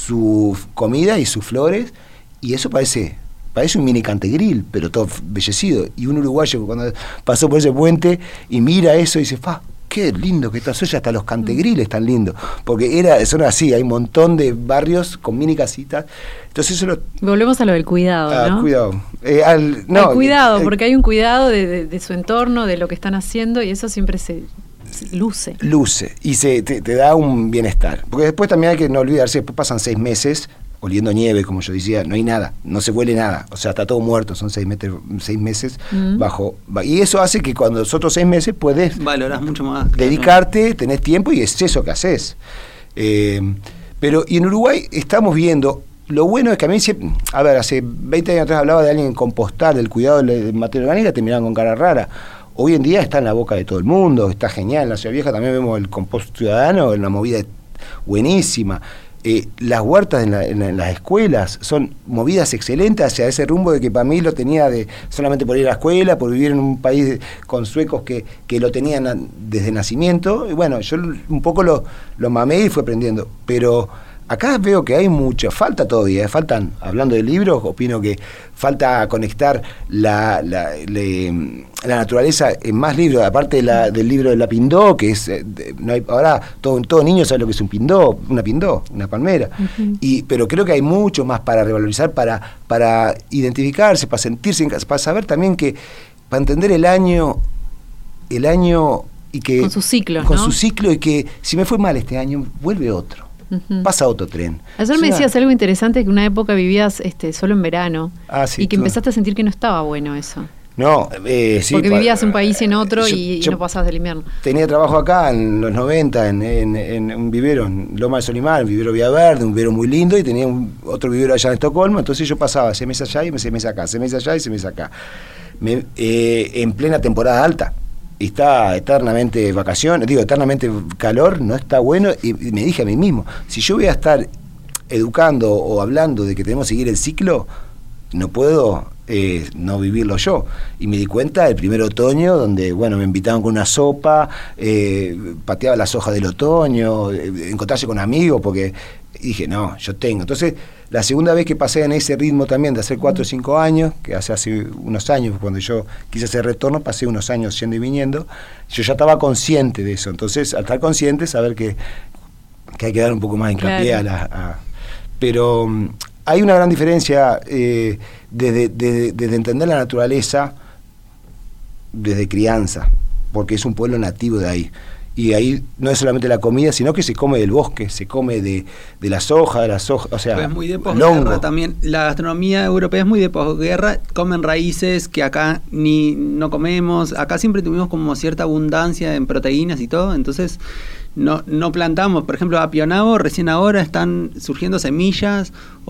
su comida y sus flores, y eso parece... Parece un mini cantegril, pero todo embellecido. Y un uruguayo cuando pasó por ese puente y mira eso y dice, ¡fa! qué lindo que está, eso ya hasta los Cantegriles tan lindo, porque era, son así, hay un montón de barrios con mini casitas, entonces eso lo... Volvemos a lo del cuidado, ah, ¿no? Cuidado. Eh, al, no, al cuidado, eh, porque hay un cuidado de, de, de su entorno, de lo que están haciendo, y eso siempre se, se luce. Luce, y se te, te da un bienestar, porque después también hay que no olvidarse, después pasan seis meses oliendo nieve, como yo decía, no hay nada, no se huele nada, o sea, está todo muerto, son seis, meses, seis meses mm. bajo, y eso hace que cuando los otros seis meses puedes valorás mucho más, dedicarte, claro. Tenés tiempo y es eso que haces. Eh, pero, y en Uruguay estamos viendo, lo bueno es que a mí, a ver, hace veinte años atrás hablaba de alguien compostar, del cuidado de la materia orgánica, te miraban con cara rara. Hoy en día está en la boca de todo el mundo, está genial, en la Ciudad Vieja también vemos el compost ciudadano, una movida buenísima. Eh, las huertas en, la, en, la, en las escuelas son movidas excelentes hacia ese rumbo de que para mí lo tenía de solamente por ir a la escuela, por vivir en un país de, con suecos que, que lo tenían a, desde nacimiento. Y bueno, yo un poco lo, lo mamé y fui aprendiendo. Pero acá veo que hay mucha, falta todavía, ¿eh? Faltan, hablando de libros, opino que falta conectar la, la, le, la naturaleza en más libros, aparte de la, del libro de la pindó, que es, de, no hay, ahora todo, todo niño sabe lo que es un pindó, una pindó, una palmera, uh-huh. y, pero creo que hay mucho más para revalorizar, para, para identificarse, para sentirse en casa, para saber también que, para entender el año, el año y que... Con sus ciclos, Con ¿no? su ciclo y que si me fue mal este año, vuelve otro. Uh-huh. Pasa otro tren. Ayer me decías algo interesante, que una época vivías este, solo en verano, ah, sí, y que tú... empezaste a sentir que no estaba bueno eso. No, eh, sí. Porque para, vivías en un país y en otro yo, y, yo y no pasabas del invierno. Tenía trabajo acá en los noventa, en, en, en un vivero en Loma de Solimar, un vivero Villaverde, un vivero muy lindo, y tenía un, otro vivero allá en Estocolmo, entonces yo pasaba seis meses allá y seis meses acá, seis meses allá y seis meses acá. Me, eh, en plena temporada alta. Y está eternamente vacaciones, digo, eternamente calor, no está bueno, y, y me dije a mí mismo, si yo voy a estar educando o hablando de que tenemos que seguir el ciclo, no puedo eh, no vivirlo yo. Y me di cuenta el primer otoño, donde, bueno, me invitaban con una sopa, eh, pateaba las hojas del otoño, eh, encontrarse con amigos, porque dije, no, yo tengo. Entonces, la segunda vez que pasé en ese ritmo también de hace cuatro o cinco años, que hace hace unos años, cuando yo quise hacer retorno, pasé unos años yendo y viniendo, yo ya estaba consciente de eso. Entonces, al estar consciente, saber que, que hay que dar un poco más de hincapié, claro, a la... A, pero um, hay una gran diferencia eh, desde, desde, desde entender la naturaleza desde crianza, porque es un pueblo nativo de ahí. Y ahí no es solamente la comida, sino que se come del bosque, se come de, de las hojas, de las hojas, o sea, es muy de posguerra también. La gastronomía europea es muy de posguerra, comen raíces que acá ni no comemos. Acá siempre tuvimos como cierta abundancia en proteínas y todo, entonces no, no plantamos. Por ejemplo, a Pionavo recién ahora están surgiendo semillas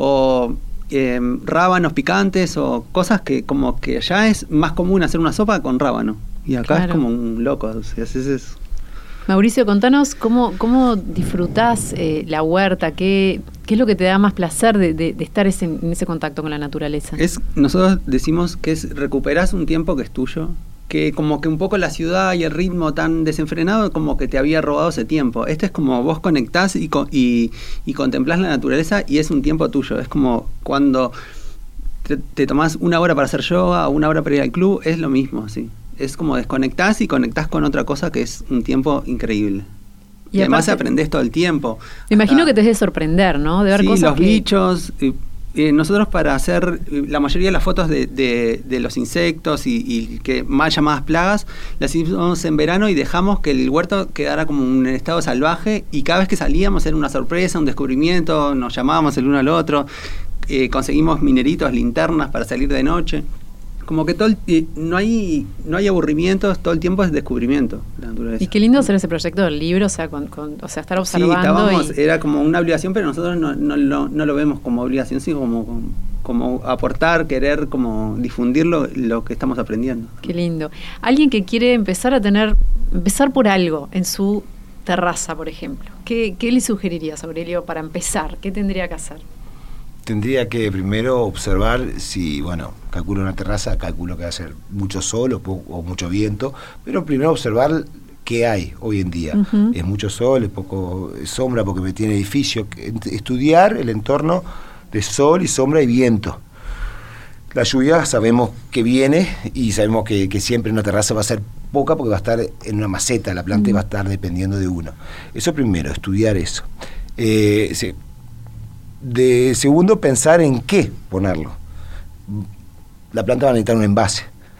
o eh, rábanos picantes o cosas que como que ya es más común hacer una sopa con rábano. Y acá, claro, es como un loco, o sea, haces eso. Mauricio, contanos cómo, cómo disfrutás eh, la huerta, qué, qué es lo que te da más placer de, de, de estar ese, en ese contacto con la naturaleza. Es, nosotros decimos que es recuperás un tiempo que es tuyo, que como que un poco la ciudad y el ritmo tan desenfrenado como que te había robado ese tiempo. Este es como vos conectás y, y, y contemplás la naturaleza y es un tiempo tuyo. Es como cuando te, te tomás una hora para hacer yoga o una hora para ir al club, es lo mismo, así. Es como desconectás y conectás con otra cosa que es un tiempo increíble. Y, y además aprendés todo el tiempo. Me imagino que te debes los ¿no? De ver sí, cosas los que... bichos. Eh, eh, nosotros para hacer la mayoría de las fotos de, de, de los insectos y, y que mal llamadas plagas, las hicimos en verano y dejamos que el huerto quedara como un estado salvaje y cada vez que salíamos era una sorpresa, un descubrimiento, nos llamábamos el uno al otro, eh, conseguimos mineritos, linternas para salir de noche. Como que todo el, eh, no hay no hay aburrimientos, todo el tiempo es descubrimiento la naturaleza. Y qué lindo hacer ese proyecto del libro, o sea, con, con, o sea estar observando. Sí, estábamos, y... era como una obligación, pero nosotros no, no, no, no lo vemos como obligación, sino como, como, como aportar, querer como difundir lo, lo que estamos aprendiendo. Qué lindo. Alguien que quiere empezar a tener, empezar por algo en su terraza, por ejemplo, ¿qué, qué le sugerirías, Aurelio, para empezar? ¿Qué tendría que hacer? Tendría que primero observar si, bueno, calculo una terraza, calculo que va a ser mucho sol o, poco, o mucho viento, pero primero observar qué hay hoy en día. Uh-huh. Es mucho sol, es poco sombra porque me tiene edificio. Estudiar el entorno de sol y sombra y viento. La lluvia sabemos que viene y sabemos que, que siempre una terraza va a ser poca porque va a estar en una maceta, la planta mm. va a estar dependiendo de uno. Eso primero, estudiar eso. Eh, sí. De segundo, pensar en qué ponerlo. La planta va a necesitar un envase,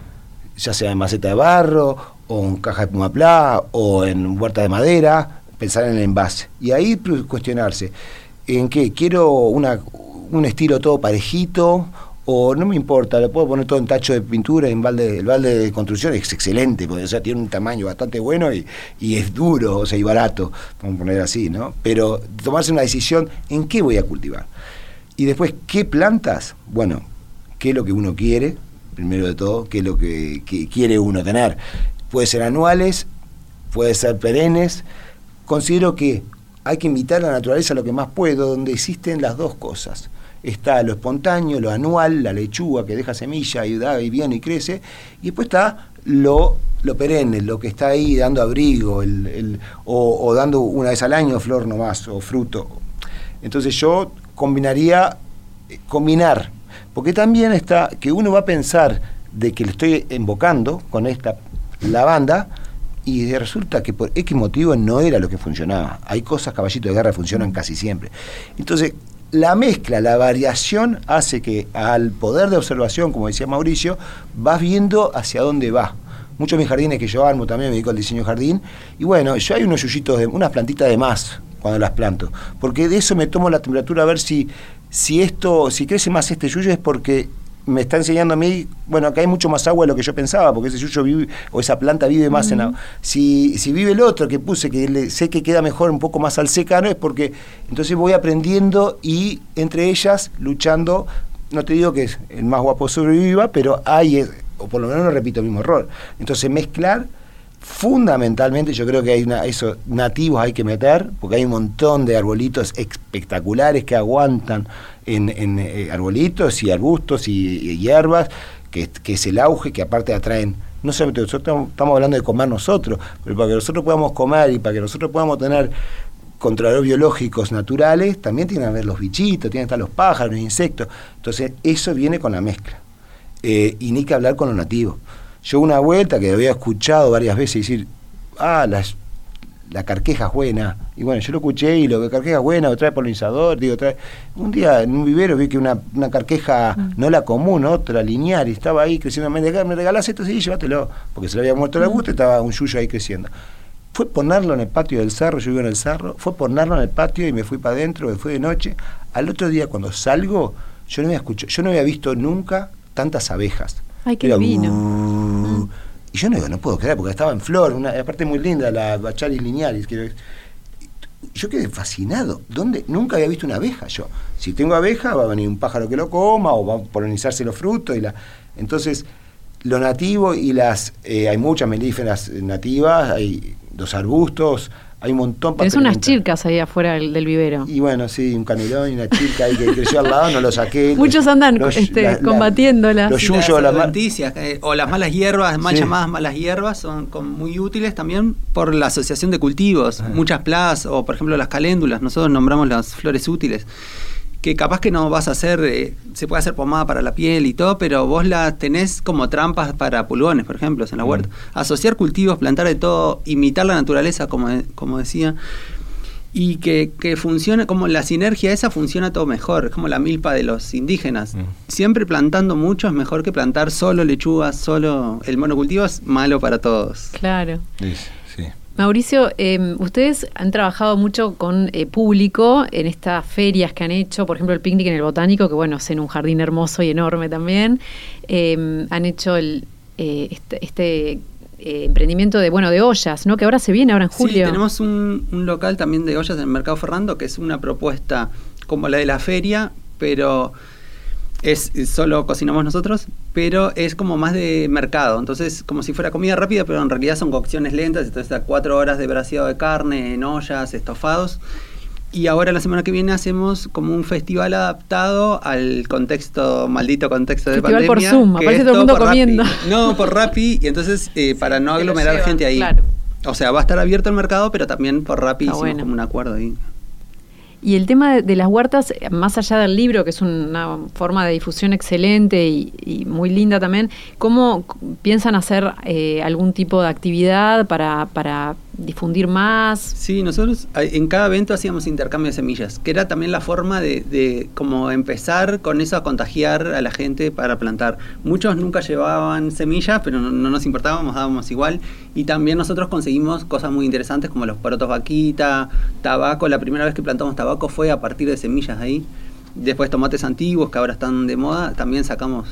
ya sea en maceta de barro, o en caja de pumaplá, o en huerta de madera, pensar en el envase. Y ahí cuestionarse, ¿en qué? ¿Quiero una, un estilo todo parejito? O no me importa, le puedo poner todo en tacho de pintura, en balde, el balde de construcción es excelente, porque o sea, tiene un tamaño bastante bueno y, y es duro, o sea, y barato, vamos a poner así, ¿no? Pero tomarse una decisión, ¿en qué voy a cultivar? Y después, ¿qué plantas? Bueno, ¿qué es lo que uno quiere? Primero de todo, ¿qué es lo que, que quiere uno tener? Puede ser anuales, puede ser perennes. Considero que hay que invitar a la naturaleza lo que más puedo, donde existen las dos cosas. Está lo espontáneo, lo anual, la lechuga que deja semilla y da y viene y crece, y después está lo, lo perenne, lo que está ahí dando abrigo, el, el, o, o dando una vez al año flor nomás, o fruto. Entonces yo combinaría, combinar, porque también está que uno va a pensar de que le estoy invocando con esta lavanda, y resulta que por X motivo no era lo que funcionaba. Hay cosas, caballito de guerra, funcionan casi siempre. Entonces, la mezcla, la variación hace que al poder de observación, como decía Mauricio, vas viendo hacia dónde va. Muchos de mis jardines que yo armo también me dedico al diseño de jardín, y bueno, yo hay unos yuyitos, de, unas plantitas de más cuando las planto, porque de eso me tomo la temperatura a ver si, si esto, si crece más este yuyo es porque me está enseñando a mí, bueno, acá hay mucho más agua de lo que yo pensaba, porque ese yuyo vive, o esa planta vive más uh-huh. en agua. Si, si vive el otro que puse, que le, sé que queda mejor un poco más al secano, es porque entonces voy aprendiendo y entre ellas luchando, no te digo que el más guapo sobreviva, pero hay, o por lo menos no repito el mismo error. Entonces mezclar, fundamentalmente yo creo que hay una, esos nativos hay que meter, porque hay un montón de arbolitos espectaculares que aguantan en, en eh, arbolitos y arbustos y, y hierbas, que, que es el auge, que aparte atraen, no solamente nosotros estamos hablando de comer nosotros, pero para que nosotros podamos comer y para que nosotros podamos tener contrarios biológicos naturales, también tienen que haber los bichitos, tienen que estar los pájaros, los insectos. Entonces eso viene con la mezcla. Eh, y ni que hablar con lo nativo. Yo una vuelta que había escuchado varias veces decir, ah, las, la carqueja es buena. Y bueno, yo lo escuché y lo que carqueja es buena, o trae polinizador, digo, trae... Un día en un vivero vi que una, una carqueja, mm. no la común, otra lineal, y estaba ahí creciendo, me regalás esto, sí, llévatelo, porque se le había muerto la gusta y estaba un yuyo ahí creciendo. Fue ponerlo en el patio del cerro, yo vivo en el cerro, fue ponerlo en el patio y me fui para adentro, me fui de noche. Al otro día cuando salgo, yo no había escuchado, yo no había visto nunca tantas abejas. Ay, qué divino. Uh, y yo no, no puedo creer, porque estaba en flor, una aparte muy linda, la Bacharis linealis. Que, yo quedé fascinado. ¿Dónde? Nunca había visto una abeja yo. Si tengo abeja, va a venir un pájaro que lo coma, o va a polinizarse los frutos. Y la, entonces, lo nativo y las... Eh, hay muchas melíferas nativas, hay dos arbustos, hay un montón para... Tenés unas chilcas ahí afuera del, del vivero. Y bueno, sí, un canelón y una chilca ahí que creció al lado, no lo saqué. Muchos andan los, este, la, combatiéndolas. Los yuyos, las adventicias, eh, o las malas hierbas, mal sí. llamadas malas hierbas, son con, muy útiles también por la asociación de cultivos. Ah. Muchas plagas, o por ejemplo las caléndulas, nosotros nombramos las flores útiles, que capaz que no vas a hacer, eh, se puede hacer pomada para la piel y todo, pero vos las tenés como trampas para pulgones, por ejemplo, en la huerta. Mm. Asociar cultivos, plantar de todo, imitar la naturaleza, como, como decía, y que, que funcione, como la sinergia esa funciona todo mejor, es como la milpa de los indígenas. Mm. Siempre plantando mucho es mejor que plantar solo lechugas, solo... El monocultivo es malo para todos. Claro. Sí, sí. Mauricio, eh, ustedes han trabajado mucho con eh, público en estas ferias que han hecho, por ejemplo el picnic en el Botánico, que bueno, es en un jardín hermoso y enorme también. Eh, han hecho el, eh, este, este eh, emprendimiento de bueno de ollas, ¿no? Que ahora se viene, ahora en julio. Sí, tenemos un, un local también de ollas en el Mercado Fernando, que es una propuesta como la de la feria, pero... es solo cocinamos nosotros, pero es como más de mercado, entonces como si fuera comida rápida, pero en realidad son cocciones lentas, entonces da cuatro horas de braseado de carne en ollas, estofados, y ahora la semana que viene hacemos como un festival adaptado al contexto, maldito contexto de festival pandemia. Por Zoom, aparece todo el mundo comiendo. Rappi. No, por Rappi, y entonces eh, para no aglomerar llevan, gente ahí. Claro. O sea, va a estar abierto el mercado, pero también por Rappi ah, hicimos bueno. como un acuerdo ahí. Y el tema de, de las huertas, más allá del libro, que es una forma de difusión excelente y, y muy linda también, ¿cómo piensan hacer eh, algún tipo de actividad para, para difundir más? Sí, nosotros en cada evento hacíamos intercambio de semillas, que era también la forma de, de como empezar con eso a contagiar a la gente para plantar. Muchos nunca llevaban semillas, pero no, no nos importábamos, dábamos igual. Y también nosotros conseguimos cosas muy interesantes como los porotos vaquita, tabaco. La primera vez que plantamos tabaco fue a partir de semillas ahí. Después tomates antiguos que ahora están de moda, también sacamos.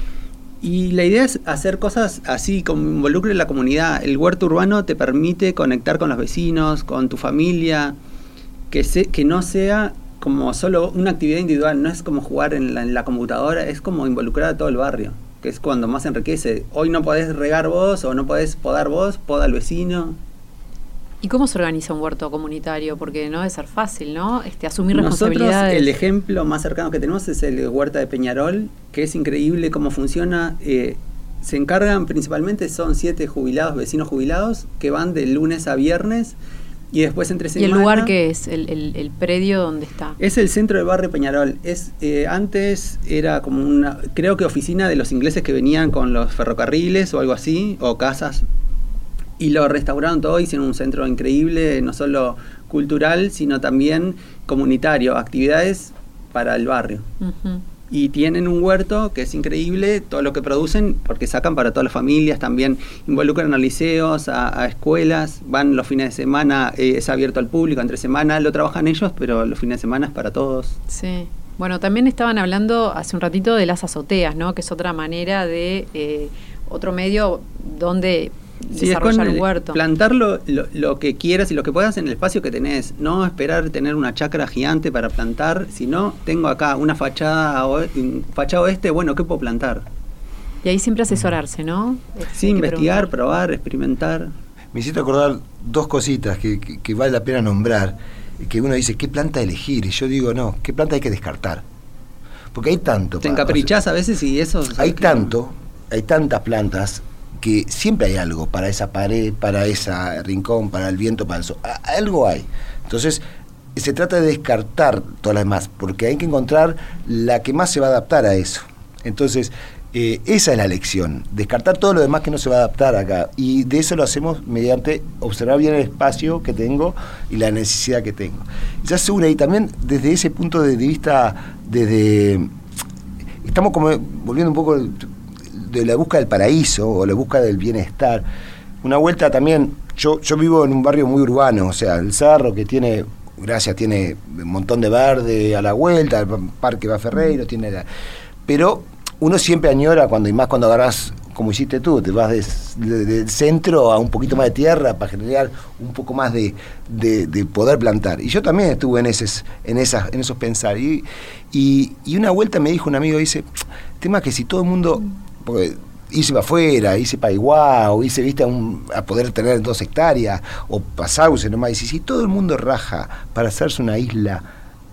Y la idea es hacer cosas así, como involucre la comunidad. El huerto urbano te permite conectar con los vecinos, con tu familia, que, se, que no sea como solo una actividad individual, no es como jugar en la, en la computadora, es como involucrar a todo el barrio, que es cuando más enriquece. Hoy no podés regar vos o no podés podar vos, poda al vecino. ¿Y cómo se organiza un huerto comunitario? Porque no debe ser fácil, ¿no? Este, asumir Nosotros, responsabilidades. el ejemplo más cercano que tenemos es el Huerta de Peñarol, que es increíble cómo funciona. Eh, se encargan principalmente, son siete jubilados, vecinos jubilados, que van de lunes a viernes y después entre semana. ¿Y el lugar qué es? ¿El, el, el predio donde está? Es el centro del barrio Peñarol. Es, eh, antes era como una, creo que oficina de los ingleses que venían con los ferrocarriles o algo así, o casas. Y lo restauraron todo, hicieron un centro increíble, no solo cultural, sino también comunitario, actividades para el barrio. Uh-huh. Y tienen un huerto que es increíble, todo lo que producen, porque sacan para todas las familias, también involucran a liceos, a, a escuelas, van los fines de semana, eh, es abierto al público, entre semana lo trabajan ellos, pero los fines de semana es para todos. Sí. Bueno, también estaban hablando hace un ratito de las azoteas, ¿no? Que es otra manera de, eh, otro medio donde... Sí, desarrollar es con un huerto. Plantar lo, lo, lo que quieras y lo que puedas en el espacio que tenés. No esperar tener una chacra gigante para plantar, sino tengo acá una fachada, un fachada oeste, bueno, ¿qué puedo plantar? Y ahí siempre asesorarse, ¿no? Sí, investigar, preguntar. Probar, experimentar. Me hiciste acordar dos cositas que, que, que vale la pena nombrar. Que uno dice, ¿qué planta elegir? Y yo digo, no, ¿qué planta hay que descartar? Porque hay tanto. Te encaprichás a veces y eso... Hay tanto, hay tantas plantas que siempre hay algo para esa pared, para ese rincón, para el viento, para el sol. Algo hay. Entonces, se trata de descartar todas las demás, porque hay que encontrar la que más se va a adaptar a eso. Entonces, eh, esa es la lección, descartar todo lo demás que no se va a adaptar acá. Y de eso lo hacemos mediante observar bien el espacio que tengo y la necesidad que tengo. Ya se une, y también desde ese punto de vista, desde... Estamos como volviendo un poco... de la búsqueda del paraíso o la búsqueda del bienestar. Una vuelta también, yo, yo vivo en un barrio muy urbano, o sea, el Cerro, que tiene, gracias, tiene un montón de verde a la vuelta, el Parque Va Ferreiro, tiene la, pero uno siempre añora cuando, y más cuando agarrás, como hiciste tú, te vas de, de, del centro a un poquito más de tierra para generar un poco más de, de, de poder plantar. Y yo también estuve en esos, en esas, en esos pensar. Y, y, y una vuelta me dijo un amigo, dice, tema que si todo el mundo... porque irse para afuera, irse para Iguá, o irse, viste, a, un, a poder tener dos hectáreas, o para Sauce nomás, y si, si todo el mundo raja para hacerse una isla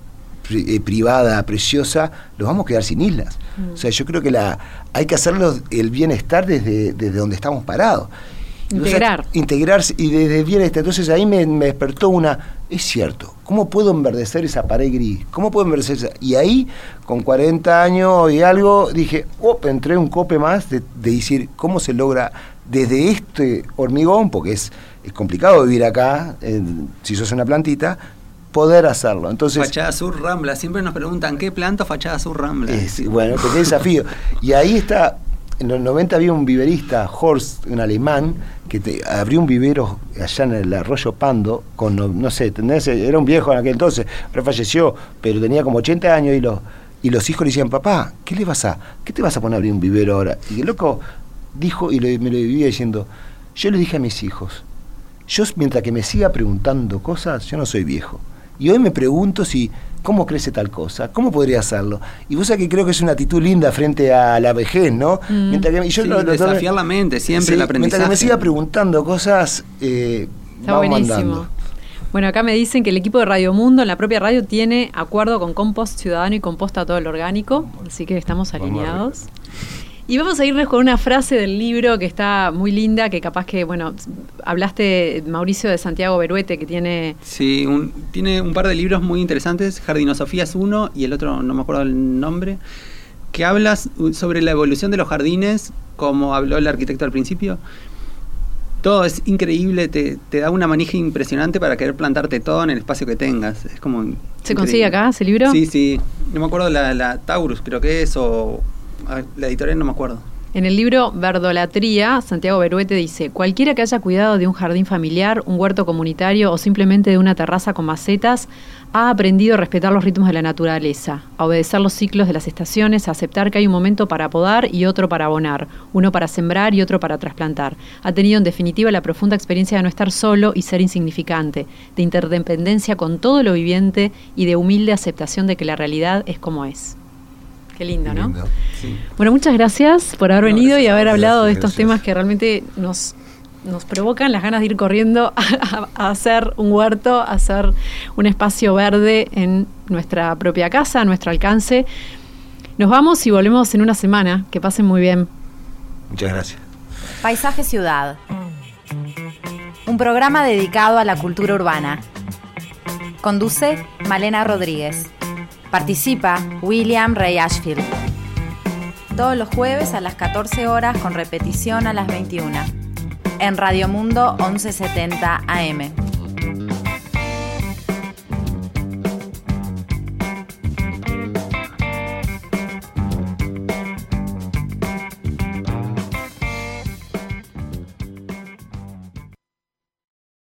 pri, eh, privada, preciosa, los vamos a quedar sin islas. Mm. O sea, yo creo que la hay que hacerlo el bienestar desde, desde donde estamos parados. Integrar. O sea, integrarse y desde el bienestar. Entonces ahí me, me despertó una... Es cierto, ¿cómo puedo enverdecer esa pared gris? ¿Cómo puedo enverdecer esa? Y ahí, con cuarenta años y algo, dije, oh, entré un cope más de, de decir, ¿cómo se logra desde este hormigón? Porque es, es complicado vivir acá, eh, si sos una plantita, poder hacerlo. Entonces, Fachada Sur Rambla, siempre nos preguntan, ¿qué planta Fachada Sur Rambla? Es, bueno, qué desafío. Y ahí está... En los noventa había un viverista, Horst, un alemán, que te, abrió un vivero allá en el arroyo Pando, con, no, no sé, ¿entendés? Era un viejo en aquel entonces, ahora falleció, pero tenía como ochenta años y los, y los hijos le decían, papá, ¿qué le vas a, qué te vas a poner a abrir un vivero ahora? Y el loco dijo, y le, me lo vivía diciendo, yo le dije a mis hijos, yo mientras que me siga preguntando cosas, yo no soy viejo. Y hoy me pregunto si, ¿cómo crece tal cosa? ¿Cómo podría hacerlo? Y vos sabés que creo que es una actitud linda frente a la vejez, ¿no? Mm. Mientras que, y yo sí, lo, lo, desafiar lo, la mente, siempre sí, el aprendizaje. Mientras que me siga preguntando cosas, eh, está vamos buenísimo. Andando. Bueno, acá me dicen que el equipo de Radio Mundo, en la propia radio, tiene acuerdo con Compost Ciudadano y composta todo lo orgánico, así que estamos alineados. Y vamos a irnos con una frase del libro que está muy linda, que capaz que, bueno, hablaste, Mauricio, de Santiago Beruete, que tiene... Sí, un, tiene un par de libros muy interesantes, Jardinosofía es uno y el otro no me acuerdo el nombre, que hablas sobre la evolución de los jardines, como habló el arquitecto al principio. Todo es increíble, te, te da una manija impresionante para querer plantarte todo en el espacio que tengas. Es como ¿Se increíble. consigue acá ese libro? Sí, sí. No me acuerdo la, la Taurus, creo que es, o la editorial no me acuerdo. En el libro Verdolatría, Santiago Beruete dice: cualquiera que haya cuidado de un jardín familiar, un huerto comunitario o simplemente de una terraza con macetas, ha aprendido a respetar los ritmos de la naturaleza, a obedecer los ciclos de las estaciones, a aceptar que hay un momento para podar y otro para abonar, uno para sembrar y otro para trasplantar. Ha tenido en definitiva la profunda experiencia de no estar solo y ser insignificante, de interdependencia con todo lo viviente y de humilde aceptación de que la realidad es como es. Qué lindo, ¿no? Lindo. Sí. Bueno, muchas gracias por haber No, venido y gracias, haber hablado de gracias, estos gracias. temas que realmente nos, nos provocan las ganas de ir corriendo a, a hacer un huerto, a hacer un espacio verde en nuestra propia casa, a nuestro alcance. Nos vamos y volvemos en una semana. Que pasen muy bien. Muchas gracias. Paisaje Ciudad. Un programa dedicado a la cultura urbana. Conduce Malena Rodríguez. Participa William Ray Ashfield. Todos los jueves a las catorce horas con repetición a las veintiuna. En Radio Mundo once setenta A M.